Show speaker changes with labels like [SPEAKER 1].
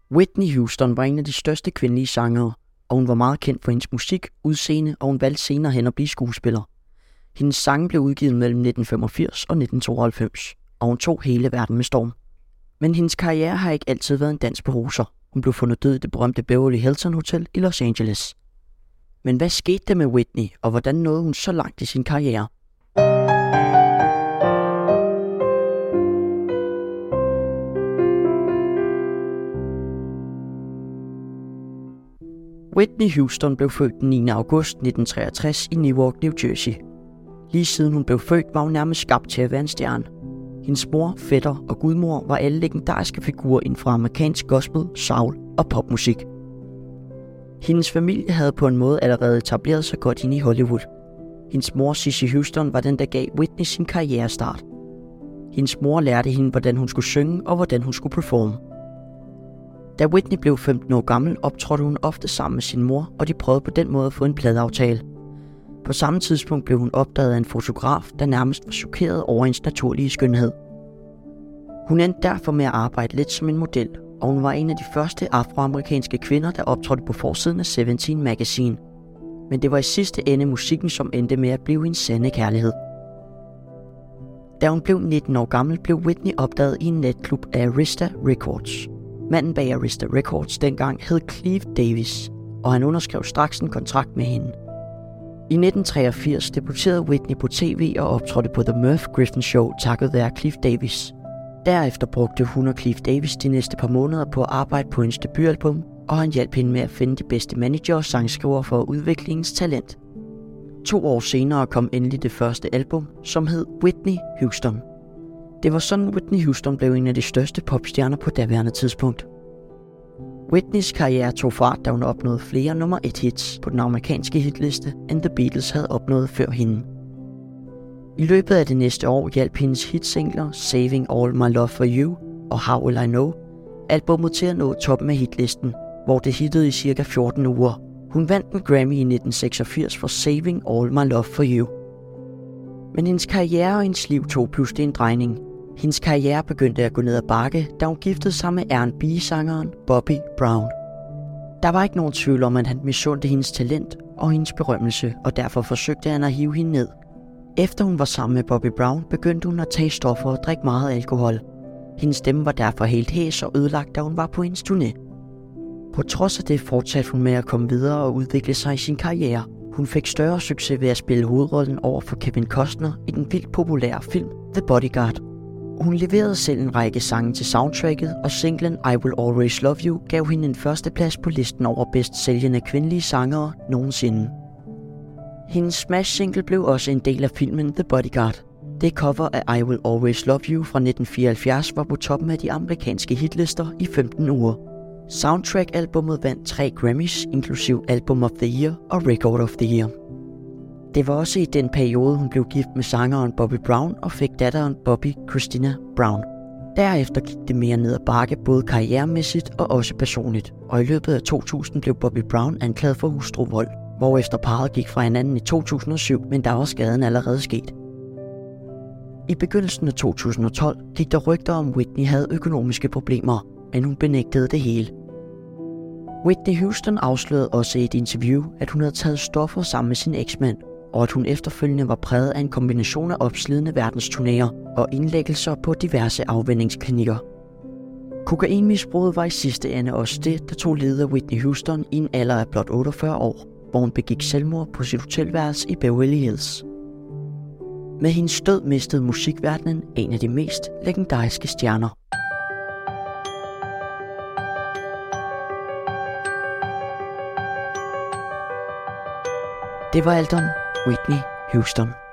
[SPEAKER 1] Whitney Houston var en af de største kvindelige sangere, og hun var meget kendt for hendes musik, udseende, og hun valgte senere hen at blive skuespiller. Hendes sange blev udgivet mellem 1985 og 1992, og hun tog hele verden med storm. Men hendes karriere har ikke altid været en dans på roser. Hun blev fundet død i det berømte Beverly Hilton Hotel i Los Angeles. Men hvad skete der med Whitney, og hvordan nåede hun så langt i sin karriere? Whitney Houston blev født den 9. august 1963 i Newark, New Jersey. Lige siden hun blev født, var hun nærmest skabt til at være en stjerne. Hendes mor, fætter og gudmor var alle legendariske figurer inden for amerikansk gospel, soul og popmusik. Hendes familie havde på en måde allerede etableret sig godt ind i Hollywood. Hendes mor, Cissy Houston, var den, der gav Whitney sin karrierestart. Hendes mor lærte hende, hvordan hun skulle synge og hvordan hun skulle performe. Da Whitney blev 15 år gammel, optrådte hun ofte sammen med sin mor, og de prøvede på den måde at få en pladeaftale. På samme tidspunkt blev hun opdaget af en fotograf, der nærmest var chokeret over hendes naturlige skønhed. Hun endte derfor med at arbejde lidt som en model, og hun var en af de første afroamerikanske kvinder, der optrådte på forsiden af Seventeen Magazine. Men det var i sidste ende musikken, som endte med at blive hendes sande kærlighed. Da hun blev 19 år gammel, blev Whitney opdaget i en natklub af Arista Records. Manden bag Arista Records dengang hed Cliff Davis, og han underskrev straks en kontrakt med hende. I 1983 debuterede Whitney på tv og optrådte på The Merv Griffin Show takket være Cliff Davis. Derefter brugte hun og Cliff Davis de næste par måneder på at arbejde på hendes debutalbum, og han hjalp hende med at finde de bedste manager og sangskrivere for at udvikle hendes talent. 2 år senere kom endelig det første album, som hed Whitney Houston. Det var sådan, Whitney Houston blev en af de største popstjerner på daværende tidspunkt. Whitneys karriere tog fart, da hun opnåede flere nummer 1 hits på den amerikanske hitliste, end The Beatles havde opnået før hende. I løbet af det næste år hjalp hendes hitsingler Saving All My Love For You og How Will I Know albummet til at nå toppen af hitlisten, hvor det hittede i cirka 14 uger. Hun vandt en Grammy i 1986 for Saving All My Love For You. Men hendes karriere og hendes liv tog pludselig en drejning. Hendes karriere begyndte at gå ned ad bakke, da hun giftede sig med R&B-sangeren Bobby Brown. Der var ikke nogen tvivl om, at han misundte hendes talent og hendes berømmelse, og derfor forsøgte han at hive hende ned. Efter hun var sammen med Bobby Brown, begyndte hun at tage stoffer og drikke meget alkohol. Hendes stemme var derfor helt hæs og ødelagt, da hun var på hendes turné. På trods af det fortsatte hun med at komme videre og udvikle sig i sin karriere. Hun fik større succes ved at spille hovedrollen over for Kevin Costner i den vildt populære film The Bodyguard. Hun leverede selv en række sange til soundtracket, og singlen I Will Always Love You gav hende en førsteplads på listen over bedst sælgende kvindelige sangere nogensinde. Hendes smash-single blev også en del af filmen The Bodyguard. Det cover af I Will Always Love You fra 1974 var på toppen af de amerikanske hitlister i 15 uger. Soundtrack-albummet vandt 3 Grammys, inklusiv Album of the Year og Record of the Year. Det var også i den periode, hun blev gift med sangeren Bobby Brown og fik datteren Bobby Christina Brown. Derefter gik det mere ned ad bakke, både karrieremæssigt og også personligt, og i løbet af 2000 blev Bobby Brown anklaget for hustruvold, hvorefter parret gik fra hinanden i 2007, men der var skaden allerede sket. I begyndelsen af 2012 gik der rygter om, Whitney havde økonomiske problemer, men hun benægtede det hele. Whitney Houston afslørede også i et interview, at hun havde taget stoffer sammen med sin eksmand, og at hun efterfølgende var præget af en kombination af opslidende verdensturnéer og indlæggelser på diverse afvænningsklinikker. Kokainmisbruget var i sidste ende også det, der tog livet af Whitney Houston i en alder af blot 48 år, hvor hun begik selvmord på sit hotelværelse i Beverly Hills. Med hendes død mistede musikverdenen en af de mest legendariske stjerner. Det var alt om Whitney Houston.